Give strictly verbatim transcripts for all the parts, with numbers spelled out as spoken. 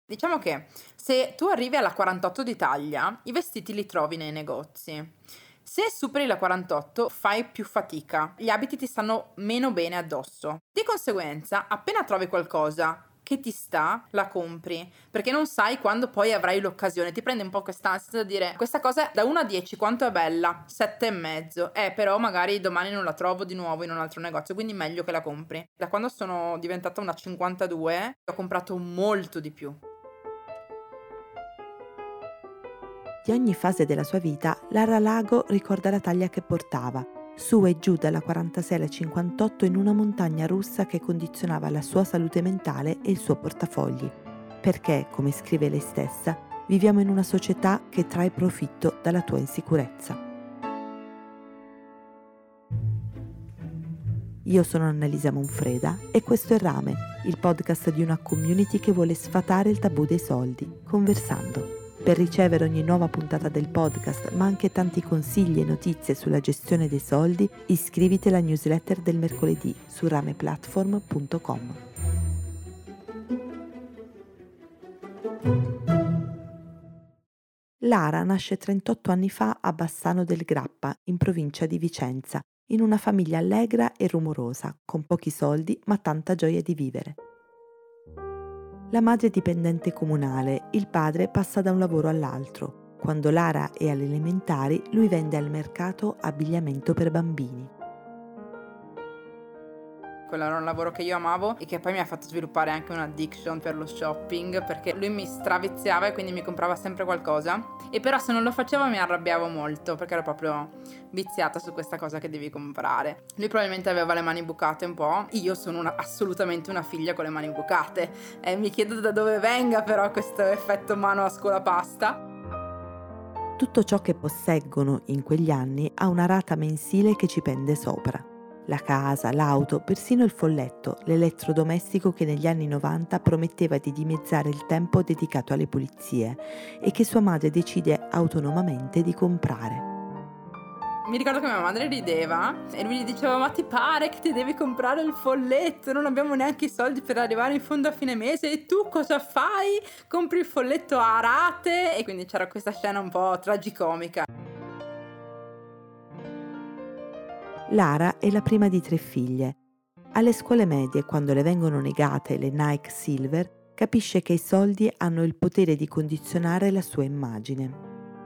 Diciamo che se tu arrivi alla quarantotto di taglia, i vestiti li trovi nei negozi. Se superi la quarantotto, fai più fatica, gli abiti ti stanno meno bene addosso. Di conseguenza, appena trovi qualcosa che ti sta, la compri, perché non sai quando poi avrai l'occasione. Ti prende un po' quest'ansia da dire: questa cosa da uno a dieci quanto è bella? sette e mezzo. Eh, però magari domani non la trovo di nuovo in un altro negozio, quindi meglio che la compri. Da quando sono diventata una cinquantadue, ho comprato molto di più. Di ogni fase della sua vita, Lara Lago ricorda la taglia che portava, su e giù dalla quarantasei alla cinquantotto in una montagna russa che condizionava la sua salute mentale e il suo portafogli. Perché, come scrive lei stessa, viviamo in una società che trae profitto dalla tua insicurezza. Io sono Annalisa Monfreda e questo è Rame, il podcast di una community che vuole sfatare il tabù dei soldi, conversando. Per ricevere ogni nuova puntata del podcast, ma anche tanti consigli e notizie sulla gestione dei soldi, iscriviti alla newsletter del mercoledì su rameplatform punto com. Lara nasce trentotto anni fa a Bassano del Grappa, in provincia di Vicenza, in una famiglia allegra e rumorosa, con pochi soldi ma tanta gioia di vivere. La madre è dipendente comunale, il padre passa da un lavoro all'altro. Quando Lara è alle elementari, lui vende al mercato abbigliamento per bambini. Quello era un lavoro che io amavo e che poi mi ha fatto sviluppare anche un'addiction per lo shopping, perché lui mi straviziava e quindi mi comprava sempre qualcosa, e però se non lo facevo mi arrabbiavo molto perché ero proprio viziata su questa cosa che devi comprare. Lui probabilmente aveva le mani bucate un po', io sono una, assolutamente una figlia con le mani bucate e mi chiedo da dove venga però questo effetto mano a scolapasta. Tutto ciò che posseggono in quegli anni ha una rata mensile che ci pende sopra. La casa, l'auto, persino il folletto, l'elettrodomestico che negli anni novanta prometteva di dimezzare il tempo dedicato alle pulizie e che sua madre decide autonomamente di comprare. Mi ricordo che mia madre rideva e lui gli diceva: ma ti pare che ti devi comprare il folletto? Non abbiamo neanche i soldi per arrivare in fondo a fine mese e tu cosa fai? Compri il folletto a rate? E quindi c'era questa scena un po' tragicomica. Lara è la prima di tre figlie. Alle scuole medie, quando le vengono negate le Nike Silver, capisce che i soldi hanno il potere di condizionare la sua immagine.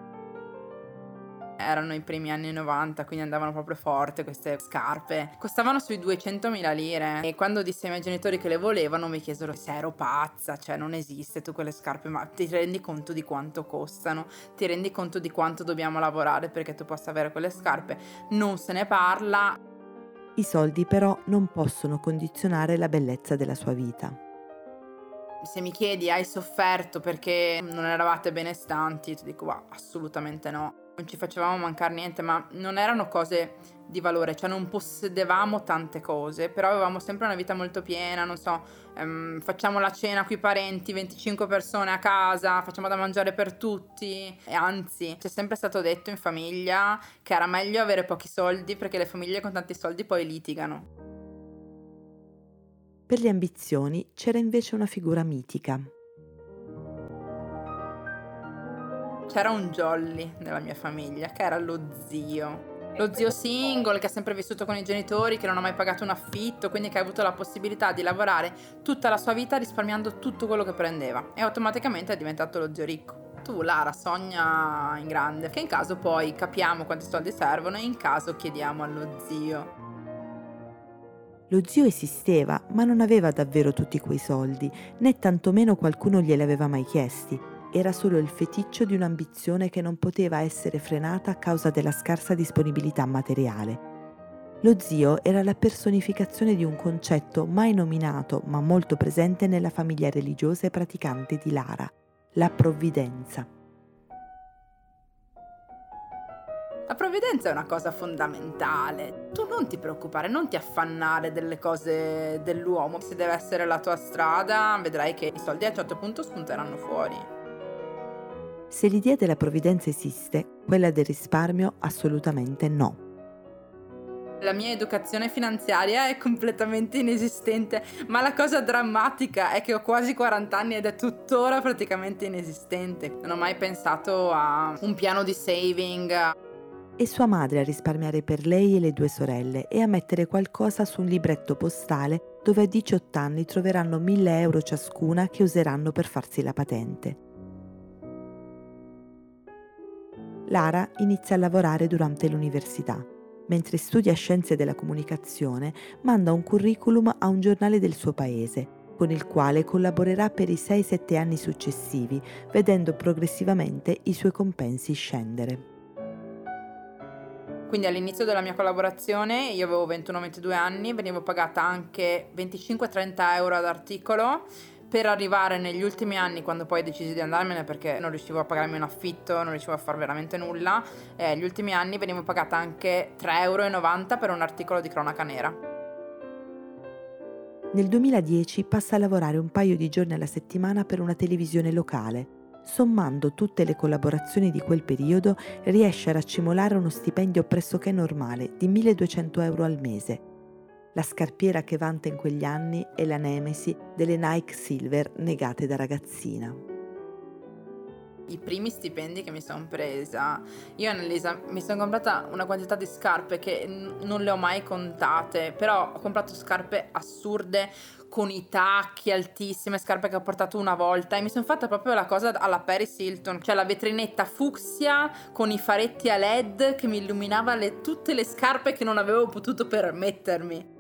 Erano i primi anni novanta, quindi andavano proprio forte queste scarpe. Costavano sui duecentomila lire e quando dissi ai miei genitori che le volevano mi chiesero se ero pazza, cioè non esiste tu quelle scarpe, ma ti rendi conto di quanto costano? Ti rendi conto di quanto dobbiamo lavorare perché tu possa avere quelle scarpe? Non se ne parla. I soldi però non possono condizionare la bellezza della sua vita. Se mi chiedi hai sofferto perché non eravate benestanti, ti dico bah, assolutamente no. Non ci facevamo mancare niente, ma non erano cose di valore, cioè non possedevamo tante cose, però avevamo sempre una vita molto piena, non so, ehm, facciamo la cena coi parenti, venticinque persone a casa, facciamo da mangiare per tutti, e anzi, c'è sempre stato detto in famiglia che era meglio avere pochi soldi perché le famiglie con tanti soldi poi litigano. Per le ambizioni c'era invece una figura mitica. C'era un jolly nella mia famiglia, che era lo zio. Lo zio single che ha sempre vissuto con i genitori, che non ha mai pagato un affitto, quindi che ha avuto la possibilità di lavorare tutta la sua vita risparmiando tutto quello che prendeva. E automaticamente è diventato lo zio ricco. Tu, Lara, sogna in grande, che in caso poi capiamo quanti soldi servono e in caso chiediamo allo zio. Lo zio esisteva, ma non aveva davvero tutti quei soldi, né tantomeno qualcuno glieli aveva mai chiesti. Era solo il feticcio di un'ambizione che non poteva essere frenata a causa della scarsa disponibilità materiale. Lo zio era la personificazione di un concetto mai nominato ma molto presente nella famiglia religiosa e praticante di Lara, la provvidenza. La provvidenza è una cosa fondamentale. Tu non ti preoccupare, non ti affannare delle cose dell'uomo. Se deve essere la tua strada, vedrai che i soldi a un certo punto spunteranno fuori. Se l'idea della provvidenza esiste, quella del risparmio assolutamente no. La mia educazione finanziaria è completamente inesistente, ma la cosa drammatica è che ho quasi quaranta anni ed è tuttora praticamente inesistente. Non ho mai pensato a un piano di saving. E sua madre a risparmiare per lei e le due sorelle e a mettere qualcosa su un libretto postale dove a diciotto anni troveranno mille euro ciascuna che useranno per farsi la patente. Lara inizia a lavorare durante l'università. Mentre studia scienze della comunicazione, manda un curriculum a un giornale del suo paese, con il quale collaborerà per i sei sette anni successivi, vedendo progressivamente i suoi compensi scendere. Quindi all'inizio della mia collaborazione, io avevo ventuno ventidue anni, venivo pagata anche venticinque trenta euro ad articolo, per arrivare negli ultimi anni, quando poi decisi di andarmene perché non riuscivo a pagarmi un affitto, non riuscivo a fare veramente nulla, eh, gli ultimi anni venivo pagata anche tre euro e novanta per un articolo di cronaca nera. Nel duemiladieci passa a lavorare un paio di giorni alla settimana per una televisione locale. Sommando tutte le collaborazioni di quel periodo, riesce a raccimolare uno stipendio pressoché normale di milleduecento euro al mese. La scarpiera che vanta in quegli anni è la nemesi delle Nike Silver negate da ragazzina. I primi stipendi che mi sono presa, io e Annalisa mi sono comprata una quantità di scarpe che n- non le ho mai contate, però ho comprato scarpe assurde con i tacchi altissime, scarpe che ho portato una volta, e mi sono fatta proprio la cosa alla Paris Hilton, cioè la vetrinetta fucsia con i faretti a led che mi illuminava le, tutte le scarpe che non avevo potuto permettermi.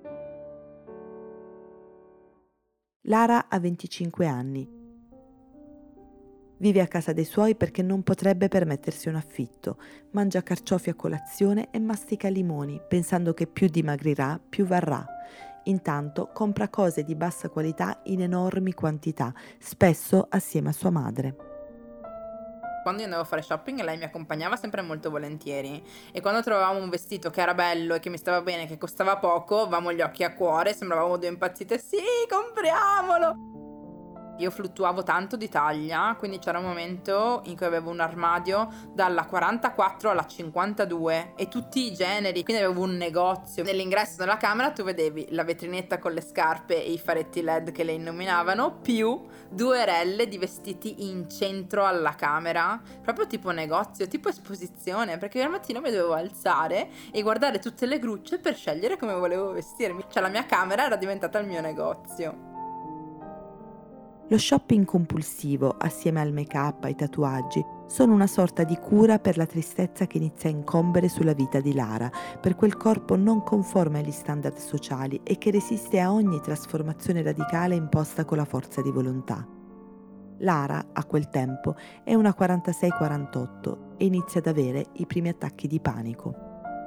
Lara ha venticinque anni. Vive a casa dei suoi perché non potrebbe permettersi un affitto, mangia carciofi a colazione e mastica limoni, pensando che più dimagrirà, più varrà. Intanto compra cose di bassa qualità in enormi quantità, spesso assieme a sua madre. Quando io andavo a fare shopping lei mi accompagnava sempre molto volentieri, e quando trovavamo un vestito che era bello e che mi stava bene, che costava poco, avevamo gli occhi a cuore, sembravamo due impazzite, sì, compriamolo! Io fluttuavo tanto di taglia, quindi c'era un momento in cui avevo un armadio dalla quarantaquattro alla cinquantadue e tutti i generi, quindi avevo un negozio. Nell'ingresso della camera tu vedevi la vetrinetta con le scarpe e i faretti led che le illuminavano, più due relle di vestiti in centro alla camera, proprio tipo negozio, tipo esposizione, perché io al mattino mi dovevo alzare e guardare tutte le grucce per scegliere come volevo vestirmi. Cioè la mia camera era diventata il mio negozio. Lo shopping compulsivo, assieme al make-up, ai tatuaggi, sono una sorta di cura per la tristezza che inizia a incombere sulla vita di Lara, per quel corpo non conforme agli standard sociali e che resiste a ogni trasformazione radicale imposta con la forza di volontà. Lara, a quel tempo, è una quarantasei quarantotto e inizia ad avere i primi attacchi di panico.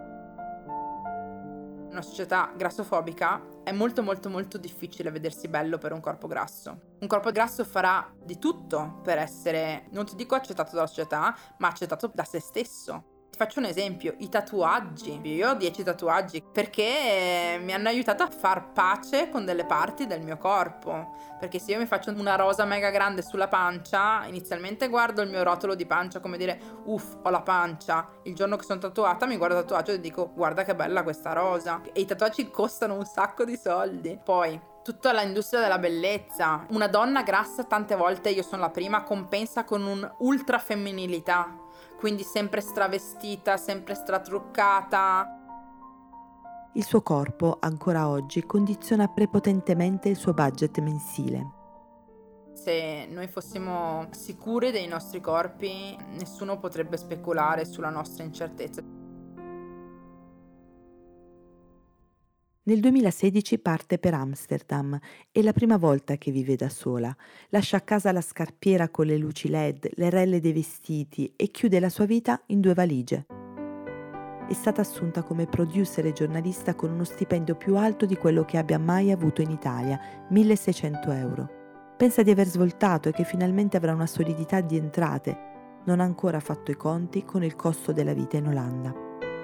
In una società grassofobica è molto molto molto difficile vedersi bello per un corpo grasso. Un corpo grasso farà di tutto per essere, non ti dico accettato dalla società, ma accettato da se stesso. Ti faccio un esempio, i tatuaggi. Io ho dieci tatuaggi perché mi hanno aiutato a far pace con delle parti del mio corpo. Perché se io mi faccio una rosa mega grande sulla pancia, inizialmente guardo il mio rotolo di pancia come dire uff, ho la pancia. Il giorno che sono tatuata mi guardo il tatuaggio e dico guarda che bella questa rosa. E i tatuaggi costano un sacco di soldi. Poi tutta l'industria della bellezza. Una donna grassa tante volte, io sono la prima, compensa con un'ultra femminilità. Quindi sempre stravestita, sempre stratruccata. Il suo corpo, ancora oggi, condiziona prepotentemente il suo budget mensile. Se noi fossimo sicuri dei nostri corpi, nessuno potrebbe speculare sulla nostra incertezza. Nel duemilasedici parte per Amsterdam, è la prima volta che vive da sola. Lascia a casa la scarpiera con le luci led, le relle dei vestiti e chiude la sua vita in due valigie. È stata assunta come producer e giornalista con uno stipendio più alto di quello che abbia mai avuto in Italia, milleseicento euro. Pensa di aver svoltato e che finalmente avrà una solidità di entrate. Non ha ancora fatto i conti con il costo della vita in Olanda.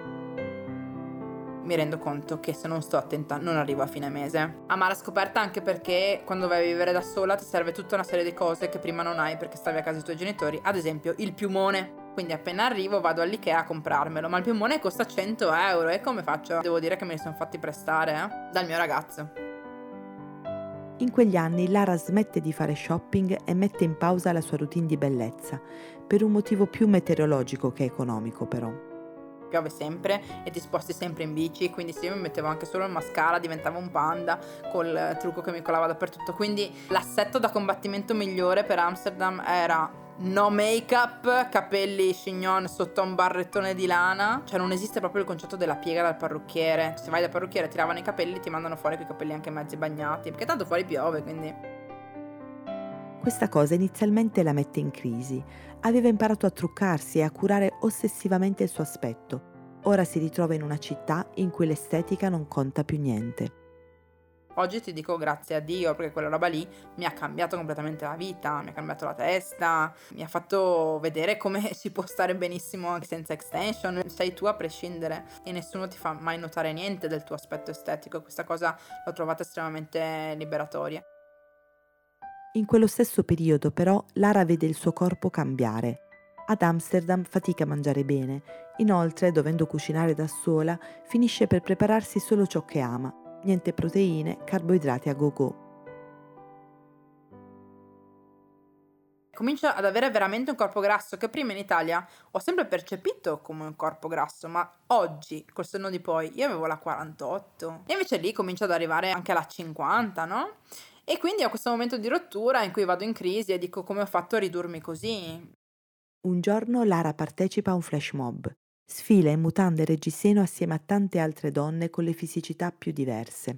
Mi rendo conto che se non sto attenta non arrivo a fine mese. Amara scoperta anche perché quando vai a vivere da sola ti serve tutta una serie di cose che prima non hai perché stavi a casa dei tuoi genitori, ad esempio il piumone. Quindi appena arrivo vado all'Ikea a comprarmelo, ma il piumone costa cento euro e come faccio? Devo dire che me li sono fatti prestare eh? dal mio ragazzo. In quegli anni Lara smette di fare shopping e mette in pausa la sua routine di bellezza, per un motivo più meteorologico che economico però. Piove sempre e ti sposti sempre in bici, quindi se io mi mettevo anche solo il mascara diventavo un panda col trucco che mi colava dappertutto. Quindi l'assetto da combattimento migliore per Amsterdam era no make-up, capelli chignon sotto un barrettone di lana. Cioè non esiste proprio il concetto della piega dal parrucchiere. Se vai dal parrucchiere ti lavano i capelli, ti mandano fuori con i capelli anche mezzi bagnati, perché tanto fuori piove, quindi... Questa cosa inizialmente la mette in crisi. Aveva imparato a truccarsi e a curare ossessivamente il suo aspetto. Ora si ritrova in una città in cui l'estetica non conta più niente. Oggi ti dico grazie a Dio, perché quella roba lì mi ha cambiato completamente la vita, mi ha cambiato la testa, mi ha fatto vedere come si può stare benissimo anche senza extension. Sei tu a prescindere e nessuno ti fa mai notare niente del tuo aspetto estetico. Questa cosa l'ho trovata estremamente liberatoria. In quello stesso periodo però Lara vede il suo corpo cambiare. Ad Amsterdam fatica a mangiare bene, inoltre dovendo cucinare da sola finisce per prepararsi solo ciò che ama, niente proteine, carboidrati a go-go. Comincio ad avere veramente un corpo grasso che prima in Italia ho sempre percepito come un corpo grasso, ma oggi col senno di poi io avevo la quarantotto e invece lì comincio ad arrivare anche alla cinquanta, no? E quindi ho questo momento di rottura in cui vado in crisi e dico come ho fatto a ridurmi così. Un giorno Lara partecipa a un flash mob. Sfila in mutande e reggiseno assieme a tante altre donne con le fisicità più diverse.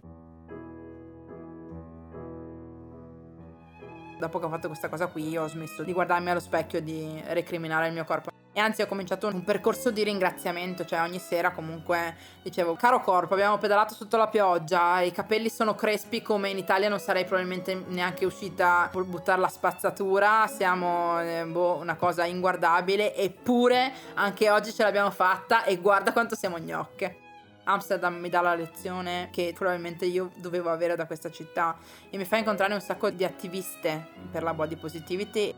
Dopo che ho fatto questa cosa qui ho smesso di guardarmi allo specchio e di recriminare il mio corpo. E anzi ho cominciato un percorso di ringraziamento, cioè ogni sera comunque dicevo: caro corpo, abbiamo pedalato sotto la pioggia, i capelli sono crespi come in Italia non sarei probabilmente neanche uscita per buttare la spazzatura, siamo eh, boh, una cosa inguardabile, eppure anche oggi ce l'abbiamo fatta e guarda quanto siamo gnocche. Amsterdam mi dà la lezione che probabilmente io dovevo avere da questa città e mi fa incontrare un sacco di attiviste per la body positivity.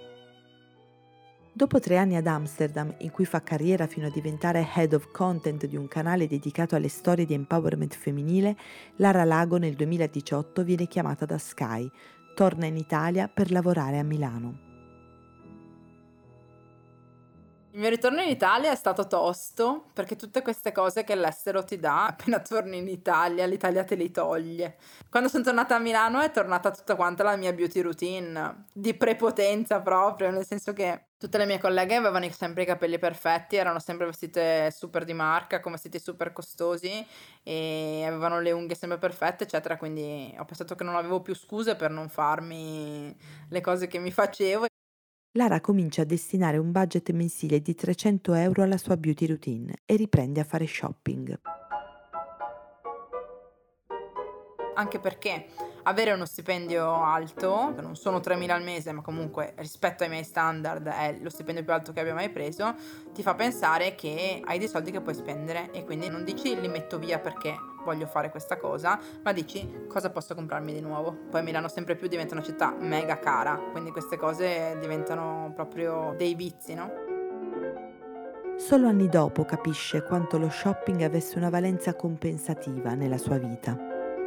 Dopo tre anni ad Amsterdam, in cui fa carriera fino a diventare head of content di un canale dedicato alle storie di empowerment femminile, Lara Lago nel duemiladiciotto viene chiamata da Sky, torna in Italia per lavorare a Milano. Il mio ritorno in Italia è stato tosto perché tutte queste cose che l'estero ti dà, appena torni in Italia, l'Italia te li toglie. Quando sono tornata a Milano è tornata tutta quanta la mia beauty routine, di prepotenza proprio, nel senso che tutte le mie colleghe avevano sempre i capelli perfetti, erano sempre vestite super di marca, con vestiti super costosi e avevano le unghie sempre perfette, eccetera, quindi ho pensato che non avevo più scuse per non farmi le cose che mi facevo. Lara comincia a destinare un budget mensile di trecento euro alla sua beauty routine e riprende a fare shopping. Anche perché avere uno stipendio alto, che non sono tremila al mese, ma comunque rispetto ai miei standard è lo stipendio più alto che abbia mai preso, ti fa pensare che hai dei soldi che puoi spendere e quindi non dici li metto via perché voglio fare questa cosa, ma dici cosa posso comprarmi di nuovo. Poi Milano sempre più diventa una città mega cara, quindi queste cose diventano proprio dei vizi, no? Solo anni dopo capisce quanto lo shopping avesse una valenza compensativa nella sua vita.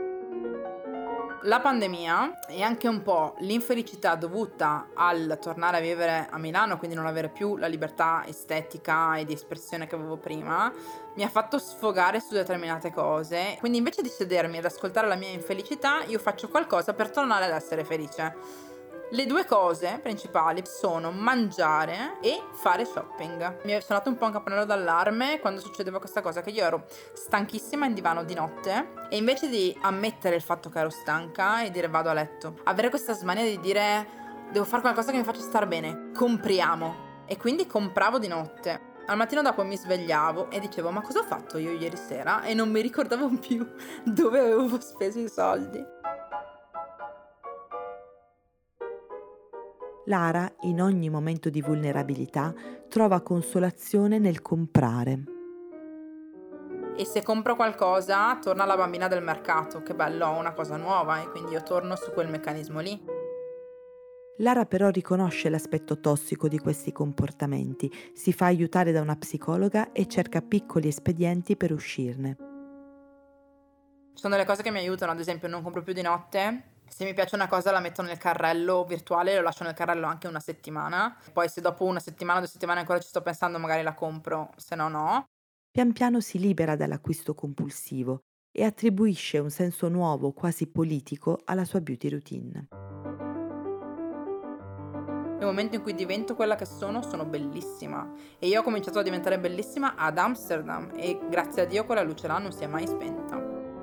La pandemia e anche un po' l'infelicità dovuta al tornare a vivere a Milano, quindi non avere più la libertà estetica e di espressione che avevo prima, mi ha fatto sfogare su determinate cose. Quindi invece di sedermi ad ascoltare la mia infelicità, io faccio qualcosa per tornare ad essere felice. Le due cose principali sono mangiare e fare shopping. Mi è suonato un po' un campanello d'allarme quando succedeva questa cosa, che io ero stanchissima in divano di notte e invece di ammettere il fatto che ero stanca e dire vado a letto, avere questa smania di dire devo fare qualcosa che mi faccia star bene, compriamo. E quindi compravo di notte. Al mattino dopo mi svegliavo e dicevo ma cosa ho fatto io ieri sera? E non mi ricordavo più dove avevo speso i soldi. Lara, in ogni momento di vulnerabilità, trova consolazione nel comprare. E se compro qualcosa, torna la bambina del mercato, che bello, ho una cosa nuova e quindi io torno su quel meccanismo lì. Lara però riconosce l'aspetto tossico di questi comportamenti, si fa aiutare da una psicologa e cerca piccoli espedienti per uscirne. Ci sono delle cose che mi aiutano, ad esempio non compro più di notte. Se mi piace una cosa la metto nel carrello virtuale, lo lascio nel carrello anche una settimana. Poi se dopo una settimana, due settimane ancora ci sto pensando, magari la compro, se no no. Pian piano si libera dall'acquisto compulsivo e attribuisce un senso nuovo, quasi politico, alla sua beauty routine. Nel momento in cui divento quella che sono, sono bellissima. E io ho cominciato a diventare bellissima ad Amsterdam e grazie a Dio quella luce là non si è mai spenta.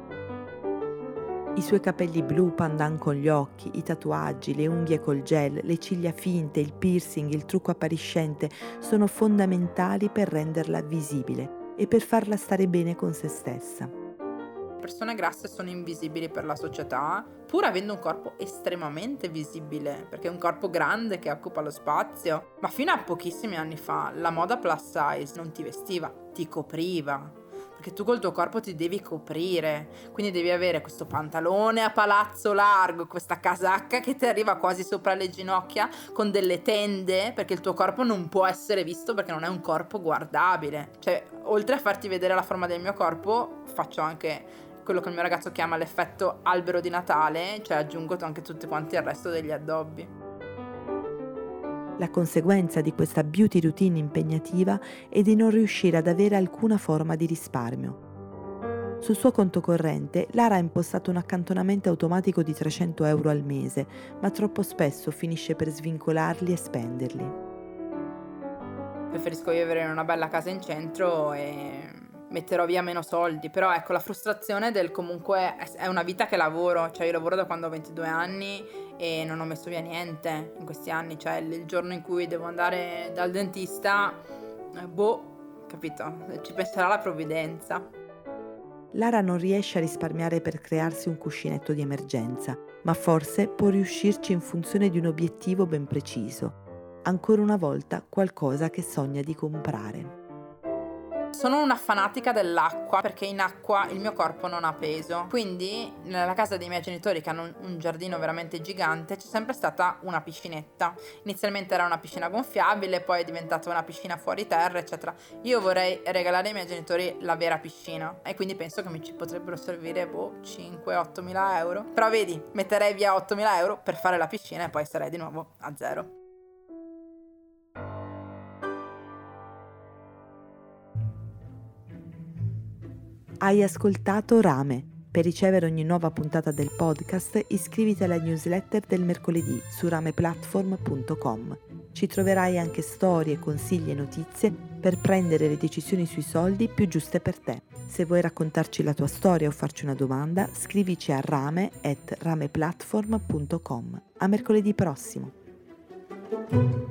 I suoi capelli blu pandan con gli occhi, i tatuaggi, le unghie col gel, le ciglia finte, il piercing, il trucco appariscente sono fondamentali per renderla visibile e per farla stare bene con se stessa. Le persone grasse sono invisibili per la società, pur avendo un corpo estremamente visibile, perché è un corpo grande che occupa lo spazio. Ma fino a pochissimi anni fa la moda plus size non ti vestiva, ti copriva. Perché tu col tuo corpo ti devi coprire, quindi devi avere questo pantalone a palazzo largo, questa casacca che ti arriva quasi sopra le ginocchia, con delle tende, perché il tuo corpo non può essere visto perché non è un corpo guardabile. Cioè, oltre a farti vedere la forma del mio corpo, faccio anche quello che il mio ragazzo chiama l'effetto albero di Natale, cioè aggiungo anche tutti quanti il resto degli addobbi. La conseguenza di questa beauty routine impegnativa è di non riuscire ad avere alcuna forma di risparmio. Sul suo conto corrente, Lara ha impostato un accantonamento automatico di trecento euro al mese, ma troppo spesso finisce per svincolarli e spenderli. Preferisco vivere in una bella casa in centro e metterò via meno soldi, però ecco la frustrazione del comunque è una vita che lavoro, cioè io lavoro da quando ho ventidue anni e non ho messo via niente in questi anni, cioè il giorno in cui devo andare dal dentista, eh, boh, capito, ci penserà la provvidenza. Lara non riesce a risparmiare per crearsi un cuscinetto di emergenza, ma forse può riuscirci in funzione di un obiettivo ben preciso. Ancora una volta qualcosa che sogna di comprare. Sono una fanatica dell'acqua perché in acqua il mio corpo non ha peso, quindi nella casa dei miei genitori che hanno un giardino veramente gigante c'è sempre stata una piscinetta. Inizialmente era una piscina gonfiabile, poi è diventata una piscina fuori terra eccetera. Io vorrei regalare ai miei genitori la vera piscina e quindi penso che mi ci potrebbero servire boh cinque otto mila euro, però vedi, metterei via ottomila euro per fare la piscina e poi sarei di nuovo a zero. Hai ascoltato Rame. Per ricevere ogni nuova puntata del podcast iscriviti alla newsletter del mercoledì su rameplatform punto com. Ci troverai anche storie, consigli e notizie per prendere le decisioni sui soldi più giuste per te. Se vuoi raccontarci la tua storia o farci una domanda, scrivici a rame at rameplatform punto com. A mercoledì prossimo!